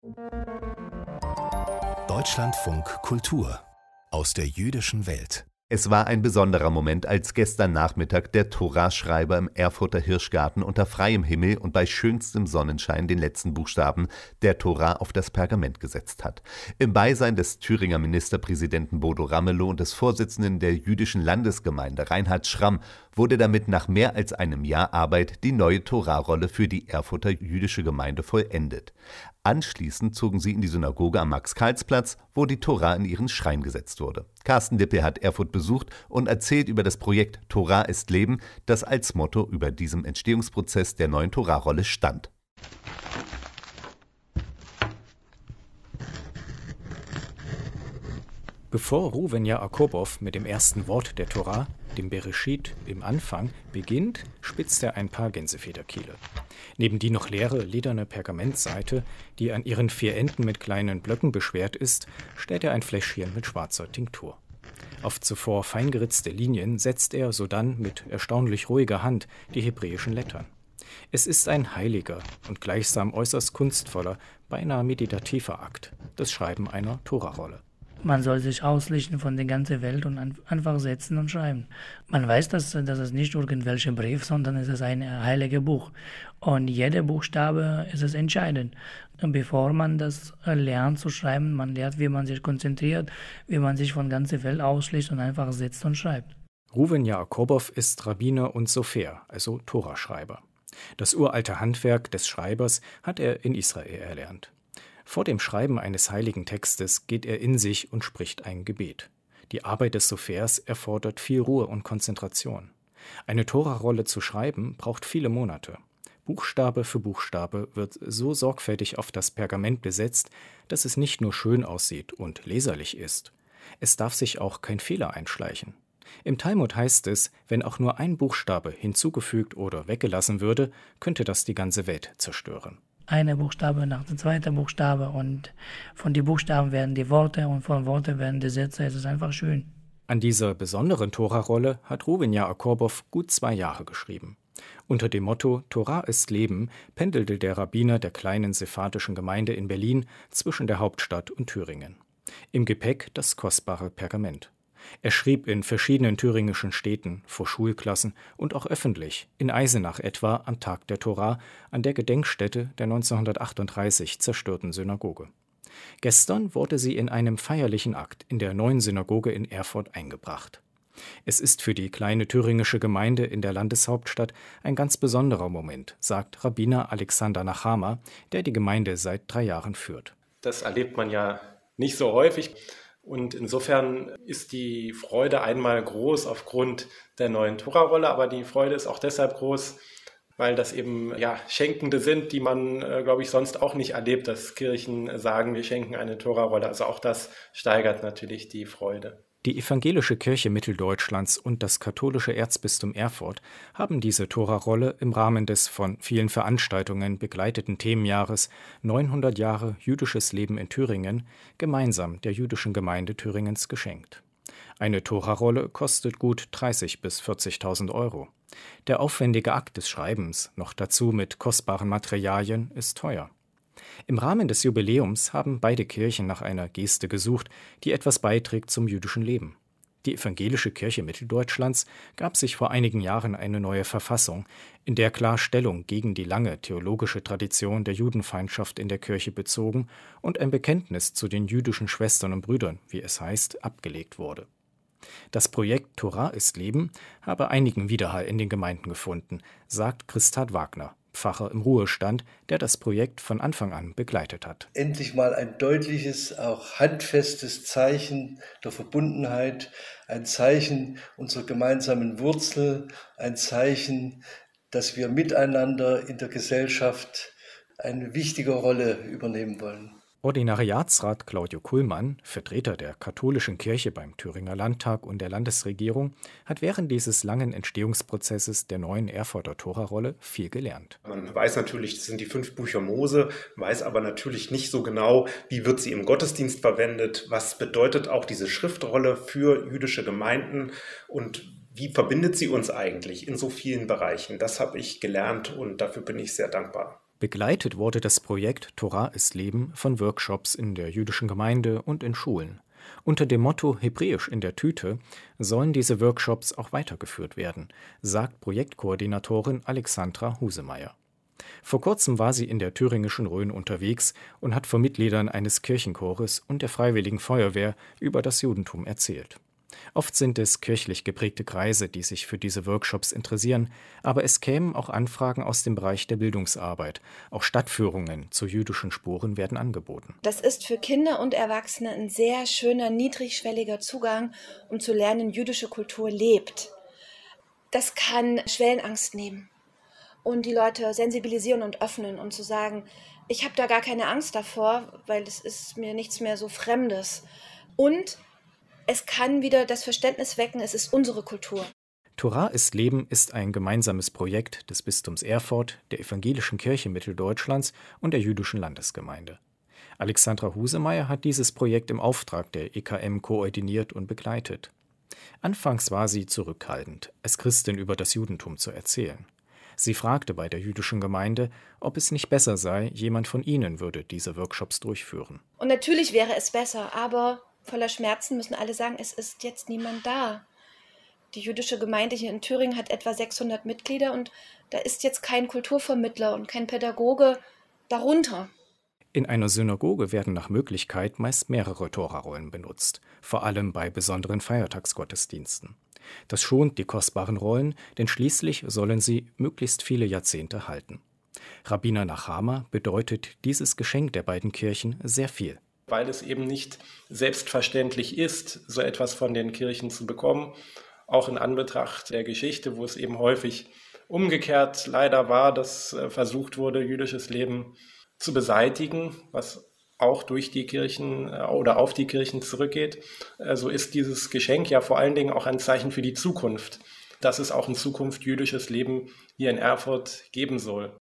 Deutschlandfunk Kultur aus der jüdischen Welt. Es war ein besonderer Moment, als gestern Nachmittag der Toraschreiber im Erfurter Hirschgarten unter freiem Himmel und bei schönstem Sonnenschein den letzten Buchstaben der Tora auf das Pergament gesetzt hat. Im Beisein des Thüringer Ministerpräsidenten Bodo Ramelow und des Vorsitzenden der jüdischen Landesgemeinde Reinhard Schramm wurde damit nach mehr als einem Jahr Arbeit die neue Tora-Rolle für die Erfurter jüdische Gemeinde vollendet. Anschließend zogen sie in die Synagoge am Max-Karls-Platz, wo die Tora in ihren Schrein gesetzt wurde. Carsten Dippel hat Erfurt besucht und erzählt über das Projekt Tora ist Leben, das als Motto über diesem Entstehungsprozess der neuen Tora-Rolle stand. Bevor Ruven Jakobow mit dem ersten Wort der Tora, dem Bereshit, im Anfang, beginnt, spitzt er ein paar Gänsefederkiele. Neben die noch leere, lederne Pergamentseite, die an ihren 4 Enden mit kleinen Blöcken beschwert ist, stellt er ein Fläschchen mit schwarzer Tinktur. Auf zuvor feingeritzte Linien setzt er sodann mit erstaunlich ruhiger Hand die hebräischen Lettern. Es ist ein heiliger und gleichsam äußerst kunstvoller, beinahe meditativer Akt, das Schreiben einer Tora-Rolle. Man soll sich ausrichten von der ganzen Welt und einfach setzen und schreiben. Man weiß, dass es nicht irgendwelche Brief, sondern es ist ein heiliges Buch. Und jeder Buchstabe ist es entscheidend. Und bevor man das lernt zu schreiben, man lernt, wie man sich konzentriert, wie man sich von der ganzen Welt ausschließt und einfach sitzt und schreibt. Ruven Jakobow ist Rabbiner und Sofer, also Toraschreiber. Das uralte Handwerk des Schreibers hat er in Israel erlernt. Vor dem Schreiben eines heiligen Textes geht er in sich und spricht ein Gebet. Die Arbeit des Sofers erfordert viel Ruhe und Konzentration. Eine Tora-Rolle zu schreiben braucht viele Monate. Buchstabe für Buchstabe wird so sorgfältig auf das Pergament gesetzt, dass es nicht nur schön aussieht und leserlich ist. Es darf sich auch kein Fehler einschleichen. Im Talmud heißt es, wenn auch nur ein Buchstabe hinzugefügt oder weggelassen würde, könnte das die ganze Welt zerstören. Eine Buchstabe nach dem zweiten Buchstabe und von den Buchstaben werden die Worte und von Worten werden die Sätze. Es ist einfach schön. An dieser besonderen Tora-Rolle hat Ruven Jakobow gut 2 Jahre geschrieben. Unter dem Motto Tora ist Leben pendelte der Rabbiner der kleinen sephardischen Gemeinde in Berlin zwischen der Hauptstadt und Thüringen. Im Gepäck das kostbare Pergament. Er schrieb in verschiedenen thüringischen Städten, vor Schulklassen und auch öffentlich, in Eisenach etwa am Tag der Tora, an der Gedenkstätte der 1938 zerstörten Synagoge. Gestern wurde sie in einem feierlichen Akt in der neuen Synagoge in Erfurt eingebracht. Es ist für die kleine thüringische Gemeinde in der Landeshauptstadt ein ganz besonderer Moment, sagt Rabbiner Alexander Nachama, der die Gemeinde seit 3 Jahren führt. Das erlebt man ja nicht so häufig. Und insofern ist die Freude einmal groß aufgrund der neuen Tora-Rolle, aber die Freude ist auch deshalb groß, weil das eben Schenkende sind, die man, glaube ich, sonst auch nicht erlebt, dass Kirchen sagen, wir schenken eine Tora-Rolle. Also auch das steigert natürlich die Freude. Die Evangelische Kirche Mitteldeutschlands und das katholische Erzbistum Erfurt haben diese Tora-Rolle im Rahmen des von vielen Veranstaltungen begleiteten Themenjahres 900 Jahre jüdisches Leben in Thüringen gemeinsam der jüdischen Gemeinde Thüringens geschenkt. Eine Tora-Rolle kostet gut 30.000 bis 40.000 Euro. Der aufwendige Akt des Schreibens, noch dazu mit kostbaren Materialien, ist teuer. Im Rahmen des Jubiläums haben beide Kirchen nach einer Geste gesucht, die etwas beiträgt zum jüdischen Leben. Die Evangelische Kirche Mitteldeutschlands gab sich vor einigen Jahren eine neue Verfassung, in der klar Stellung gegen die lange theologische Tradition der Judenfeindschaft in der Kirche bezogen und ein Bekenntnis zu den jüdischen Schwestern und Brüdern, wie es heißt, abgelegt wurde. Das Projekt Tora ist Leben habe einigen Widerhall in den Gemeinden gefunden, sagt Christard Wagner, Pfarrer im Ruhestand, der das Projekt von Anfang an begleitet hat. Endlich mal ein deutliches, auch handfestes Zeichen der Verbundenheit, ein Zeichen unserer gemeinsamen Wurzel, ein Zeichen, dass wir miteinander in der Gesellschaft eine wichtige Rolle übernehmen wollen. Ordinariatsrat Claudio Kuhlmann, Vertreter der katholischen Kirche beim Thüringer Landtag und der Landesregierung, hat während dieses langen Entstehungsprozesses der neuen Erfurter Tora-Rolle viel gelernt. Man weiß natürlich, das sind die 5 Bücher Mose, weiß aber natürlich nicht so genau, wie wird sie im Gottesdienst verwendet, was bedeutet auch diese Schriftrolle für jüdische Gemeinden und wie verbindet sie uns eigentlich in so vielen Bereichen. Das habe ich gelernt und dafür bin ich sehr dankbar. Begleitet wurde das Projekt Tora ist Leben von Workshops in der jüdischen Gemeinde und in Schulen. Unter dem Motto Hebräisch in der Tüte sollen diese Workshops auch weitergeführt werden, sagt Projektkoordinatorin Alexandra Husemeyer. Vor kurzem war sie in der thüringischen Rhön unterwegs und hat vor Mitgliedern eines Kirchenchores und der Freiwilligen Feuerwehr über das Judentum erzählt. Oft sind es kirchlich geprägte Kreise, die sich für diese Workshops interessieren, aber es kämen auch Anfragen aus dem Bereich der Bildungsarbeit. Auch Stadtführungen zu jüdischen Spuren werden angeboten. Das ist für Kinder und Erwachsene ein sehr schöner, niedrigschwelliger Zugang, um zu lernen, jüdische Kultur lebt. Das kann Schwellenangst nehmen und die Leute sensibilisieren und öffnen und zu sagen, ich habe da gar keine Angst davor, weil es ist mir nichts mehr so Fremdes. Und es kann wieder das Verständnis wecken, es ist unsere Kultur. Tora ist Leben ist ein gemeinsames Projekt des Bistums Erfurt, der Evangelischen Kirche Mitteldeutschlands und der Jüdischen Landesgemeinde. Alexandra Husemeyer hat dieses Projekt im Auftrag der EKM koordiniert und begleitet. Anfangs war sie zurückhaltend, als Christin über das Judentum zu erzählen. Sie fragte bei der jüdischen Gemeinde, ob es nicht besser sei, jemand von ihnen würde diese Workshops durchführen. Und natürlich wäre es besser, aber voller Schmerzen müssen alle sagen, es ist jetzt niemand da. Die jüdische Gemeinde hier in Thüringen hat etwa 600 Mitglieder und da ist jetzt kein Kulturvermittler und kein Pädagoge darunter. In einer Synagoge werden nach Möglichkeit meist mehrere Tora-Rollen benutzt, vor allem bei besonderen Feiertagsgottesdiensten. Das schont die kostbaren Rollen, denn schließlich sollen sie möglichst viele Jahrzehnte halten. Rabbiner Nachama bedeutet dieses Geschenk der beiden Kirchen sehr viel. Weil es eben nicht selbstverständlich ist, so etwas von den Kirchen zu bekommen, auch in Anbetracht der Geschichte, wo es eben häufig umgekehrt leider war, dass versucht wurde, jüdisches Leben zu beseitigen, was auch durch die Kirchen oder auf die Kirchen zurückgeht. So ist dieses Geschenk ja vor allen Dingen auch ein Zeichen für die Zukunft, dass es auch in Zukunft jüdisches Leben hier in Erfurt geben soll.